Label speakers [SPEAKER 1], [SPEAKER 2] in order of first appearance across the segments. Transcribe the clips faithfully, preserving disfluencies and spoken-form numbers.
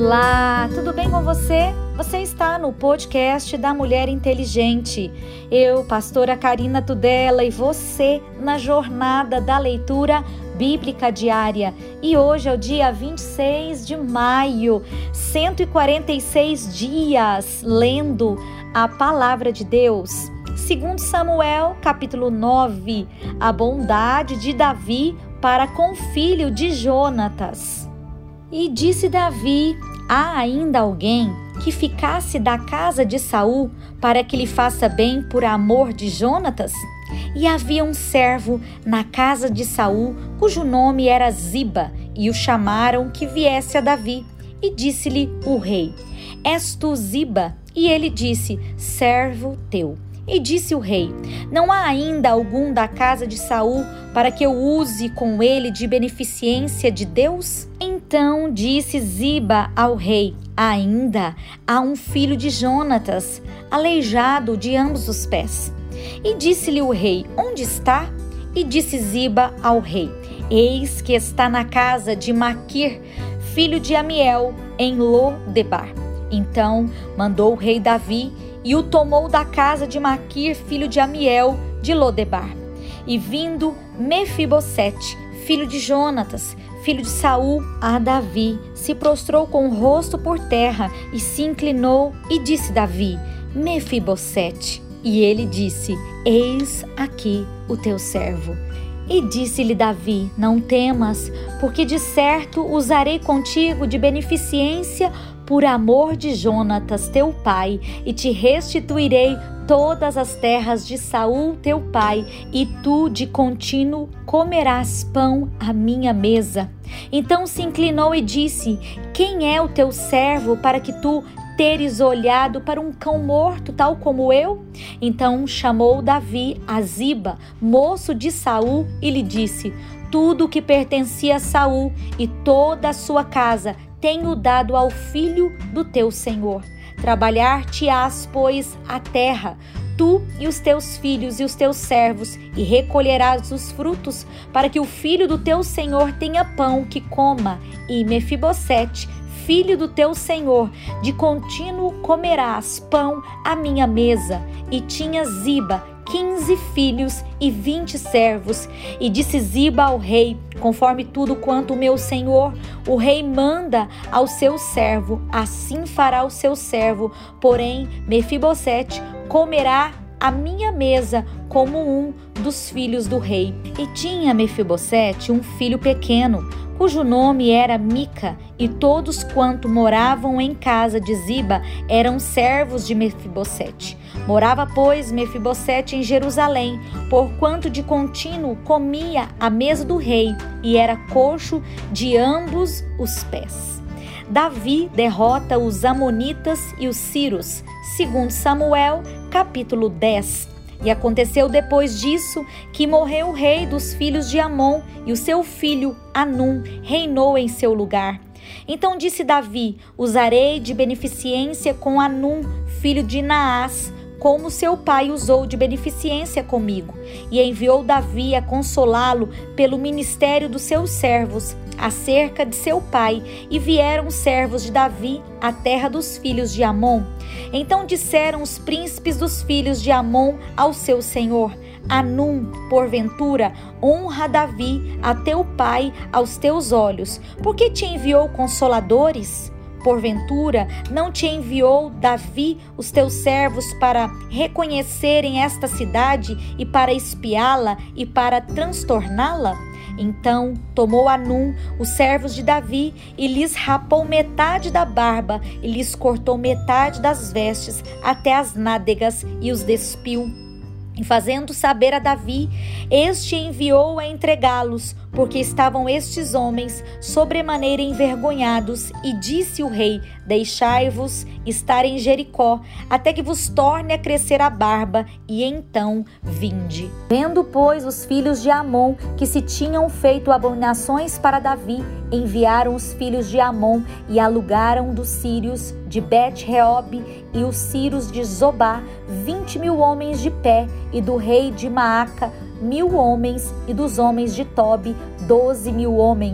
[SPEAKER 1] Olá, tudo bem com você? Você está no podcast da Mulher Inteligente. Eu, pastora Karina Tudela, e você na jornada da leitura bíblica diária. E hoje é o dia vinte e seis de maio, cento e quarenta e seis dias lendo a palavra de Deus. Segundo Samuel, capítulo nove, a bondade de Davi para com o filho de Jonatas. E disse Davi: há ainda alguém que ficasse da casa de Saul para que lhe faça bem por amor de Jonatas? E havia um servo na casa de Saul, cujo nome era Ziba, e o chamaram que viesse a Davi. E disse-lhe o rei: és tu Ziba? E ele disse: servo teu. E disse o rei: não há ainda algum da casa de Saul para que eu use com ele de beneficência de Deus? Então disse Ziba ao rei: ainda há um filho de Jonatas, aleijado de ambos os pés. E disse-lhe o rei: onde está? E disse Ziba ao rei: eis que está na casa de Maquir, filho de Amiel, em Lo-debar. Então mandou o rei Davi e o tomou da casa de Maquir, filho de Amiel, de Lo-debar. E vindo Mefibosete, filho de Jonatas, filho de Saul, a Davi, se prostrou com o rosto por terra e se inclinou e disse Davi: Mefibosete. E ele disse: eis aqui o teu servo. E disse-lhe Davi: não temas, porque de certo usarei contigo de beneficência por amor de Jonatas teu pai, e te restituirei todas as terras de Saul teu pai, e tu de contínuo comerás pão à minha mesa. Então se inclinou e disse: quem é o teu servo para que tu teres olhado para um cão morto, tal como eu? Então chamou Davi a Ziba, moço de Saul, e lhe disse: tudo o que pertencia a Saul e toda a sua casa tenho dado ao filho do teu senhor. Trabalhar-te-ás, pois, a terra, tu e os teus filhos e os teus servos, e recolherás os frutos, para que o filho do teu senhor tenha pão que coma. E Mefibosete, filho do teu senhor, de contínuo comerás pão à minha mesa. E tinha Ziba quinze filhos e vinte servos. E disse Ziba ao rei: conforme tudo quanto o meu senhor, o rei manda ao seu servo, assim fará o seu servo. Porém, Mefibosete comerá à minha mesa como um dos filhos do rei. E tinha Mefibosete um filho pequeno, cujo nome era Mica, e todos quanto moravam em casa de Ziba eram servos de Mefibosete. Morava, pois, Mefibosete em Jerusalém, porquanto de contínuo comia à mesa do rei, e era coxo de ambos os pés. Davi derrota os amonitas e os sírios, segundo Samuel, capítulo dez. E aconteceu depois disso que morreu o rei dos filhos de Amon, e o seu filho Anum reinou em seu lugar. Então disse Davi: usarei de beneficência com Anum, filho de Naás, como seu pai usou de beneficência comigo. E enviou Davi a consolá-lo pelo ministério dos seus servos, acerca de seu pai, e vieram os servos de Davi à terra dos filhos de Amon. Então disseram os príncipes dos filhos de Amon ao seu senhor: Anum, porventura, honra Davi a teu pai aos teus olhos, porque te enviou consoladores? Porventura, não te enviou Davi os teus servos para reconhecerem esta cidade e para espiá-la e para transtorná-la? Então tomou Anum os servos de Davi e lhes rapou metade da barba e lhes cortou metade das vestes até as nádegas e os despiu. E fazendo saber a Davi, este enviou a entregá-los, porque estavam estes homens sobremaneira envergonhados. E disse o rei: deixai-vos estar em Jericó, até que vos torne a crescer a barba, e então vinde. Vendo, pois, os filhos de Amon que se tinham feito abominações para Davi, enviaram os filhos de Amon e alugaram dos sírios de Bet-Reob e os sírios de Zobá vinte mil homens de pé, e do rei de Maaca mil homens, e dos homens de Tobi doze mil homens.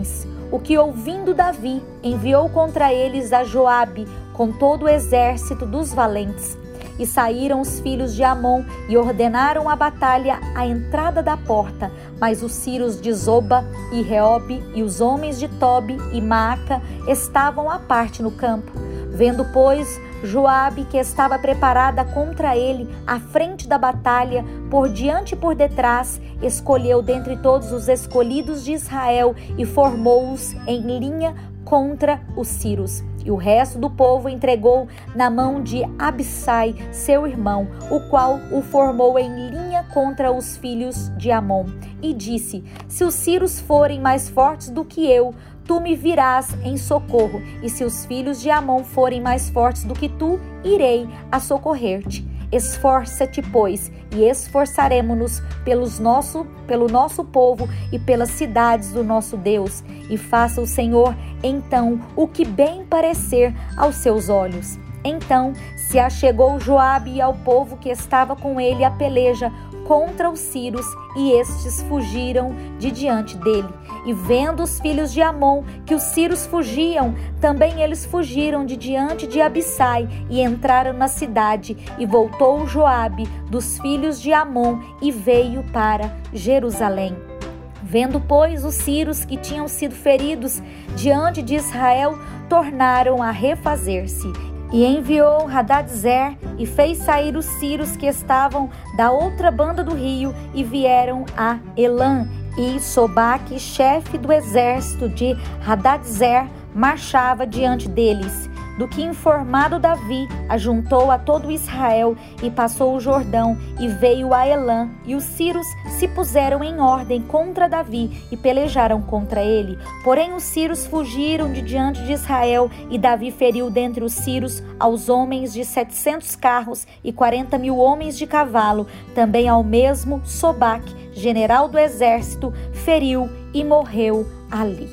[SPEAKER 1] o que, ouvindo Davi, enviou contra eles a Joabe com todo o exército dos valentes. E saíram os filhos de Amon e ordenaram a batalha à entrada da porta. Mas os Círios de Zoba e Reobe e os homens de Tobi e Maaca estavam à parte no campo. Vendo, pois, Joabe que estava preparada contra ele à frente da batalha, por diante e por detrás, escolheu dentre todos os escolhidos de Israel e formou-os em linha contra os Círios. E o resto do povo entregou na mão de Abissai, seu irmão, o qual o formou em linha contra os filhos de Amon. E disse: se os Círios forem mais fortes do que eu, tu me virás em socorro, e se os filhos de Amon forem mais fortes do que tu, irei a socorrer-te. Esforça-te, pois, e esforçaremo-nos pelos nosso, pelo nosso povo e pelas cidades do nosso Deus, e faça o Senhor, então, o que bem parecer aos seus olhos. Então se achegou Joabe ao povo que estava com ele a peleja contra os Círios, e estes fugiram de diante dele. E vendo os filhos de Amon que os Círios fugiam, também eles fugiram de diante de Abissai e entraram na cidade. E voltou Joabe dos filhos de Amon e veio para Jerusalém. Vendo, pois, os Círios que tinham sido feridos diante de Israel, tornaram a refazer-se. E enviou Hadadezer e fez sair os Círios que estavam da outra banda do rio e vieram a Elã. E Sobaque, chefe do exército de Hadadezer, marchava diante deles. Do que informado Davi, ajuntou a todo Israel e passou o Jordão e veio a Elã. E os Círios se puseram em ordem contra Davi e pelejaram contra ele. Porém os Círios fugiram de diante de Israel, e Davi feriu dentre os Círios aos homens de setecentos carros e quarenta mil homens de cavalo. Também ao mesmo Sobaque, general do exército, feriu e morreu ali.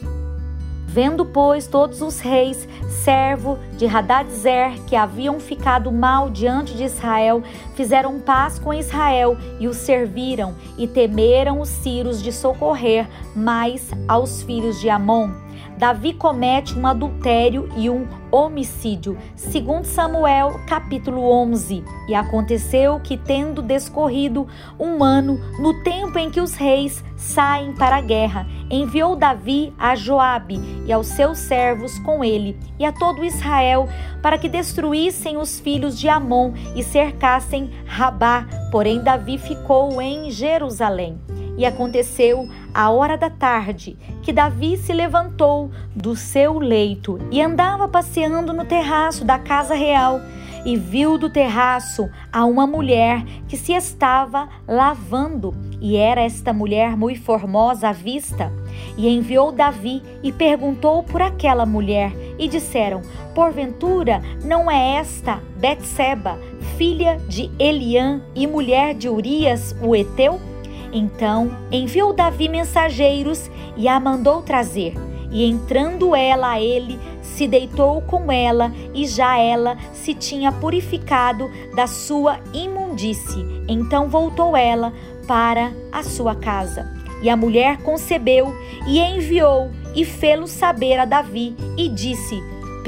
[SPEAKER 1] Vendo, pois, todos os reis, servo de Hadadezer, que haviam ficado mal diante de Israel, fizeram paz com Israel e o serviram, e temeram os Círios de socorrer mais aos filhos de Amon. Davi comete um adultério e um homicídio, segundo Samuel, capítulo onze. E aconteceu que, tendo descorrido um ano, no tempo em que os reis saem para a guerra, enviou Davi a Joabe e aos seus servos com ele, e a todo Israel, para que destruíssem os filhos de Amon e cercassem Rabá. Porém Davi ficou em Jerusalém. E aconteceu à hora da tarde que Davi se levantou do seu leito e andava passeando no terraço da casa real, e viu do terraço a uma mulher que se estava lavando, e era esta mulher muito formosa à vista. E enviou Davi e perguntou por aquela mulher, e disseram: porventura não é esta Betseba, filha de Eliã e mulher de Urias o Heteu? Então enviou Davi mensageiros e a mandou trazer. E entrando ela a ele, se deitou com ela, e já ela se tinha purificado da sua imundície. Então voltou ela para a sua casa. E a mulher concebeu e enviou e fê-lo saber a Davi, e disse: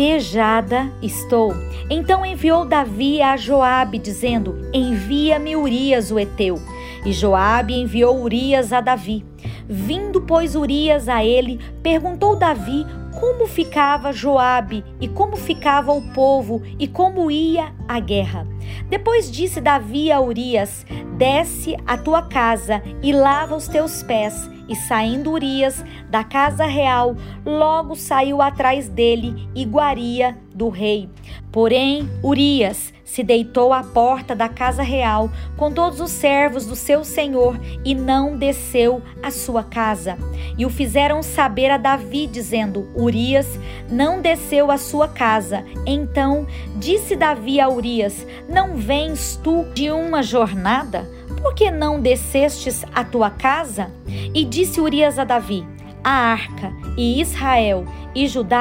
[SPEAKER 1] pejada estou. Então enviou Davi a Joabe, dizendo: envia-me Urias o Heteu. E Joabe enviou Urias a Davi. Vindo, pois, Urias a ele, perguntou Davi como ficava Joabe e como ficava o povo e como ia a guerra. Depois disse Davi a Urias: desce à tua casa e lava os teus pés. E saindo Urias da casa real, logo saiu atrás dele iguaria do rei. Porém Urias se deitou à porta da casa real com todos os servos do seu senhor e não desceu à sua casa. E o fizeram saber a Davi, dizendo: Urias não desceu à sua casa. Então disse Davi a Urias: não vens tu de uma jornada? Por que não descestes à tua casa? E disse Urias a Davi: a arca e Israel e Judá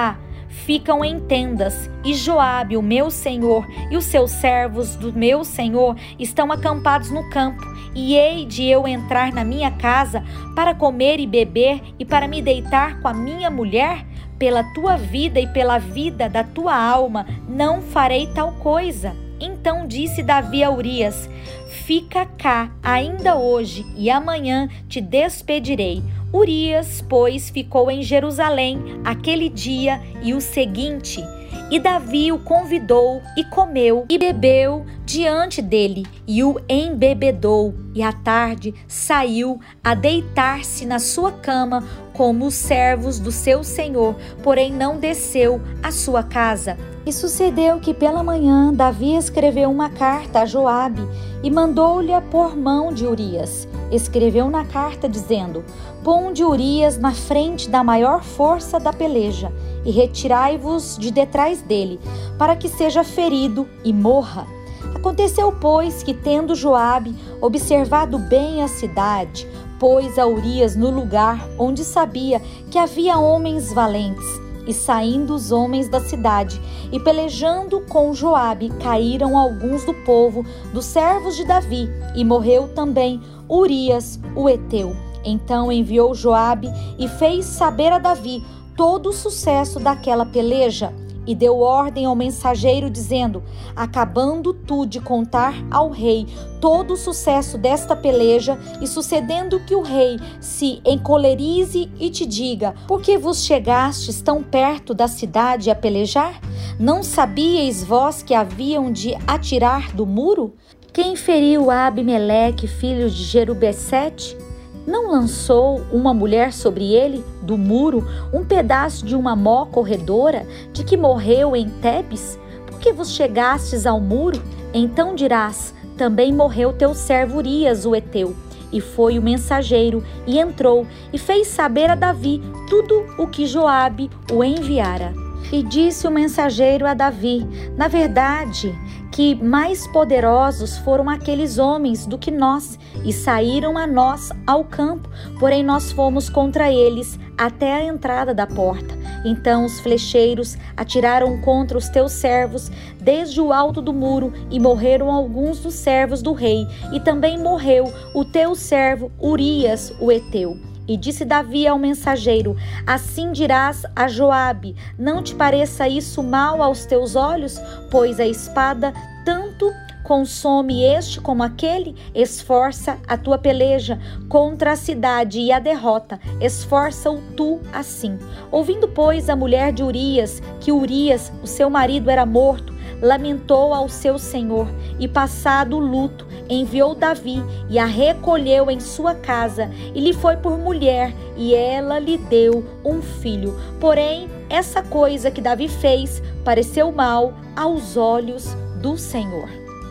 [SPEAKER 1] ficam em tendas, e Joabe, o meu senhor, e os seus servos do meu senhor estão acampados no campo. E hei de eu entrar na minha casa para comer e beber e para me deitar com a minha mulher? Pela tua vida e pela vida da tua alma, não farei tal coisa. Então disse Davi a Urias: fica cá ainda hoje, e amanhã te despedirei. Urias, pois, ficou em Jerusalém aquele dia e o seguinte. E Davi o convidou e comeu e bebeu diante dele e o embebedou. E à tarde saiu a deitar-se na sua cama como os servos do seu senhor, porém não desceu à sua casa. E sucedeu que pela manhã Davi escreveu uma carta a Joabe e mandou-lhe por mão de Urias. Escreveu na carta dizendo: ponde Urias na frente da maior força da peleja e retirai-vos de detrás dele, para que seja ferido e morra. Aconteceu, pois, que tendo Joabe observado bem a cidade, pôs a Urias no lugar onde sabia que havia homens valentes. E saindo os homens da cidade e pelejando com Joabe, caíram alguns do povo, dos servos de Davi, e morreu também Urias, o heteu. Então enviou Joabe e fez saber a Davi todo o sucesso daquela peleja. E deu ordem ao mensageiro, dizendo: acabando tu de contar ao rei todo o sucesso desta peleja, e sucedendo que o rei se encolerize e te diga: por que vos chegastes tão perto da cidade a pelejar? Não sabíeis vós que haviam de atirar do muro? Quem feriu Abimeleque, filho de Jerubessete? Não lançou uma mulher sobre ele, do muro, um pedaço de uma mó corredora, de que morreu em Tebes? Por que vos chegastes ao muro? Então dirás: também morreu teu servo Urias, o heteu. E foi o mensageiro, e entrou, e fez saber a Davi tudo o que Joabe o enviara. E disse o mensageiro a Davi: na verdade, que mais poderosos foram aqueles homens do que nós, e saíram a nós ao campo, porém nós fomos contra eles até a entrada da porta. Então os flecheiros atiraram contra os teus servos desde o alto do muro, e morreram alguns dos servos do rei, e também morreu o teu servo Urias, o heteu. E disse Davi ao mensageiro: assim dirás a Joabe: não te pareça isso mal aos teus olhos? Pois a espada tanto consome este como aquele. Esforça a tua peleja contra a cidade e a derrota, esforça-o tu assim. Ouvindo, pois, a mulher de Urias que Urias, o seu marido, era morto, lamentou ao seu senhor, e passado o luto, enviou Davi e a recolheu em sua casa, e lhe foi por mulher, e ela lhe deu um filho. Porém, essa coisa que Davi fez pareceu mal aos olhos do Senhor.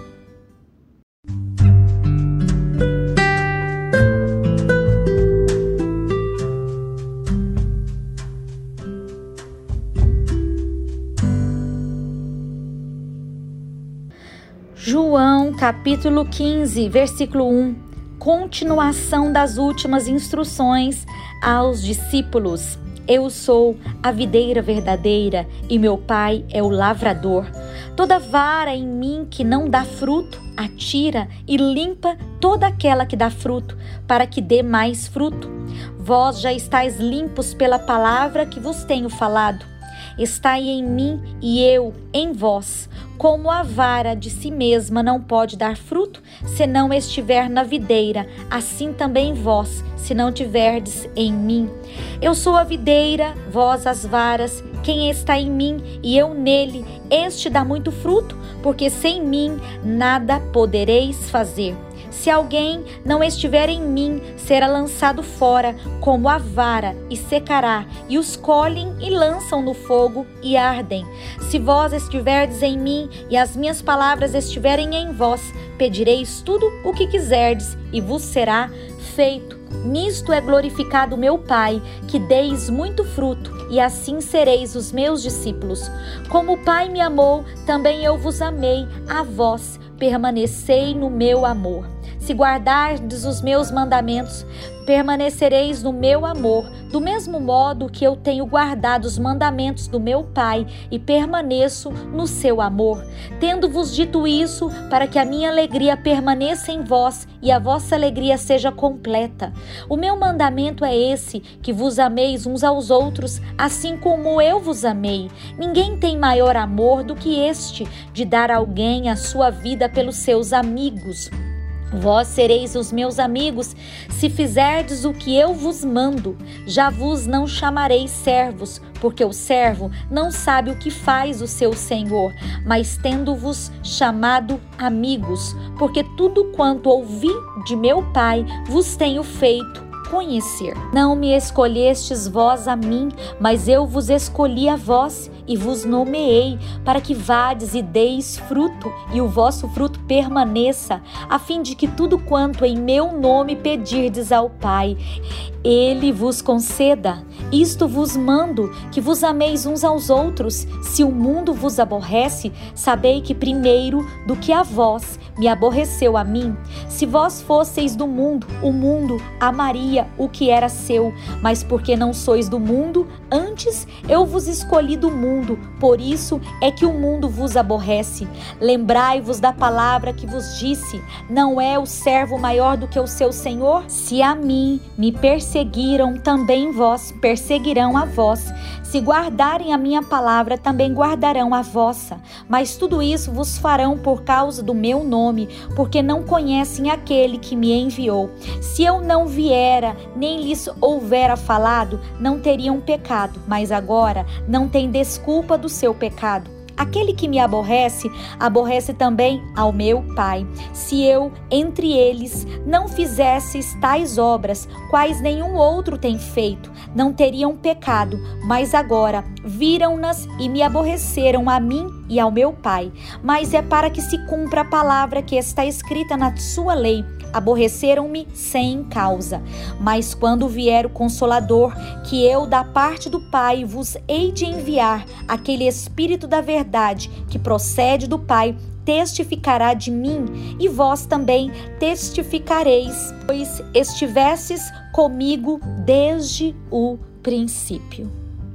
[SPEAKER 1] João capítulo quinze, versículo um, continuação das últimas instruções aos discípulos. Eu sou a videira verdadeira e meu pai é o lavrador. Toda vara em mim que não dá fruto, atira e limpa toda aquela que dá fruto, para que dê mais fruto. Vós já estáis limpos pela palavra que vos tenho falado. Estai em mim e eu em vós. Como a vara de si mesma não pode dar fruto, se não estiver na videira, assim também vós, se não tiverdes em mim. Eu sou a videira, vós as varas. Quem está em mim e eu nele, este dá muito fruto, porque sem mim nada podereis fazer. Se alguém não estiver em mim, será lançado fora como a vara e secará, e os colhem e lançam no fogo e ardem. Se vós estiverdes em mim e as minhas palavras estiverem em vós, pedireis tudo o que quiserdes e vos será feito. Nisto é glorificado meu Pai, que deis muito fruto, e assim sereis os meus discípulos. Como o Pai me amou, também eu vos amei a vós. Permanecei no meu amor. Se guardardes os meus mandamentos, permanecereis no meu amor, do mesmo modo que eu tenho guardado os mandamentos do meu Pai e permaneço no seu amor. Tendo-vos dito isso, para que a minha alegria permaneça em vós e a vossa alegria seja completa. O meu mandamento é esse, que vos ameis uns aos outros, assim como eu vos amei. Ninguém tem maior amor do que este, de dar a alguém a sua vida pelos seus amigos. Vós sereis os meus amigos, se fizerdes o que eu vos mando. Já vos não chamarei servos, porque o servo não sabe o que faz o seu senhor, mas tendo-vos chamado amigos, porque tudo quanto ouvi de meu Pai vos tenho feito conhecer. Não me escolhestes vós a mim, mas eu vos escolhi a vós e vos nomeei, para que vades e deis fruto, e o vosso fruto permaneça, a fim de que tudo quanto em meu nome pedirdes ao Pai, Ele vos conceda. Isto vos mando, que vos ameis uns aos outros. Se o mundo vos aborrece, sabei que primeiro do que a vós me aborreceu a mim. Se vós fosseis do mundo, o mundo amaria o que era seu, mas porque não sois do mundo, antes eu vos escolhi do mundo, por isso é que o mundo vos aborrece. Lembrai-vos da palavra que vos disse: não é o servo maior do que o seu senhor? Se a mim me perseguiram, também vós perseguirão a vós. Se guardarem a minha palavra, também guardarão a vossa. Mas tudo isso vos farão por causa do meu nome, porque não conhecem aquele que me enviou. Se eu não viera, nem lhes houvera falado, não teriam pecado, mas agora não tem desculpa do seu pecado. Aquele que me aborrece, aborrece também ao meu Pai. Se eu, entre eles, não fizesses tais obras, quais nenhum outro tem feito, não teriam pecado, mas agora viram-nas e me aborreceram a mim e ao meu Pai. Mas é para que se cumpra a palavra que está escrita na sua lei: aborreceram-me sem causa. Mas quando vier o Consolador, que eu da parte do Pai vos hei de enviar, aquele Espírito da verdade que procede do Pai, testificará de mim, e vós também testificareis, pois estivestes comigo desde o princípio.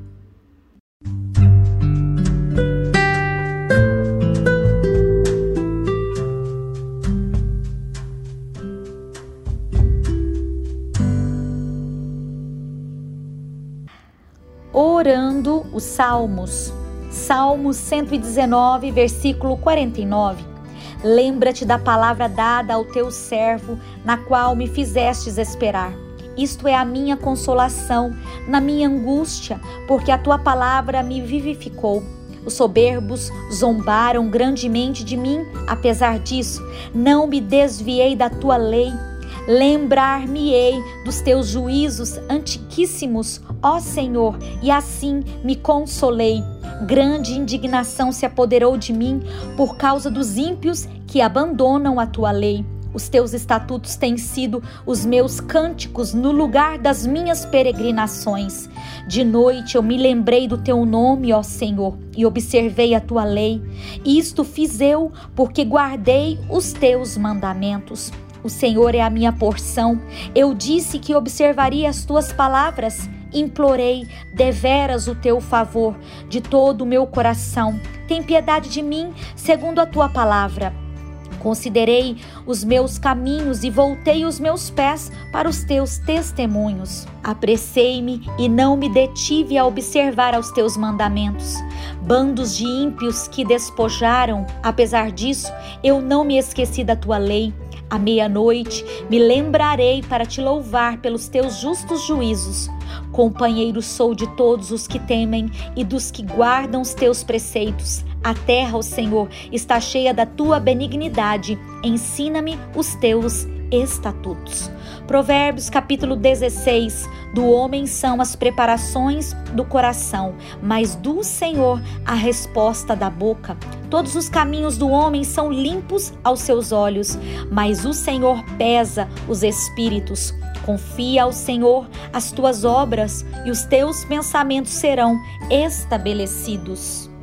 [SPEAKER 1] Orando os Salmos. Salmo cento e dezenove, versículo quarenta e nove. Lembra-te da palavra dada ao teu servo, na qual me fizestes esperar. Isto é a minha consolação na minha angústia, porque a tua palavra me vivificou. Os soberbos zombaram grandemente de mim, apesar disso, não me desviei da tua lei. Lembrar-me-ei dos teus juízos antiquíssimos, ó Senhor, e assim me consolei. Grande indignação se apoderou de mim por causa dos ímpios que abandonam a tua lei. Os teus estatutos têm sido os meus cânticos no lugar das minhas peregrinações. De noite eu me lembrei do teu nome, ó Senhor, e observei a tua lei. Isto fiz eu, porque guardei os teus mandamentos. O Senhor é a minha porção. Eu disse que observaria as tuas palavras. Implorei deveras o teu favor de todo o meu coração. Tem piedade de mim, segundo a tua palavra. Considerei os meus caminhos e voltei os meus pés para os teus testemunhos. Apressei-me e não me detive a observar aos teus mandamentos. Bandos de ímpios que despojaram, apesar disso, eu não me esqueci da tua lei. À meia-noite me lembrarei para te louvar pelos teus justos juízos. Companheiro sou de todos os que temem e dos que guardam os teus preceitos. A terra, ó Senhor, está cheia da tua benignidade. Ensina-me os teus estatutos. Provérbios capítulo dezesseis. Do homem são as preparações do coração, mas do Senhor a resposta da boca. Todos os caminhos do homem são limpos aos seus olhos, mas o Senhor pesa os espíritos. Confia ao Senhor as tuas obras e os teus pensamentos serão estabelecidos.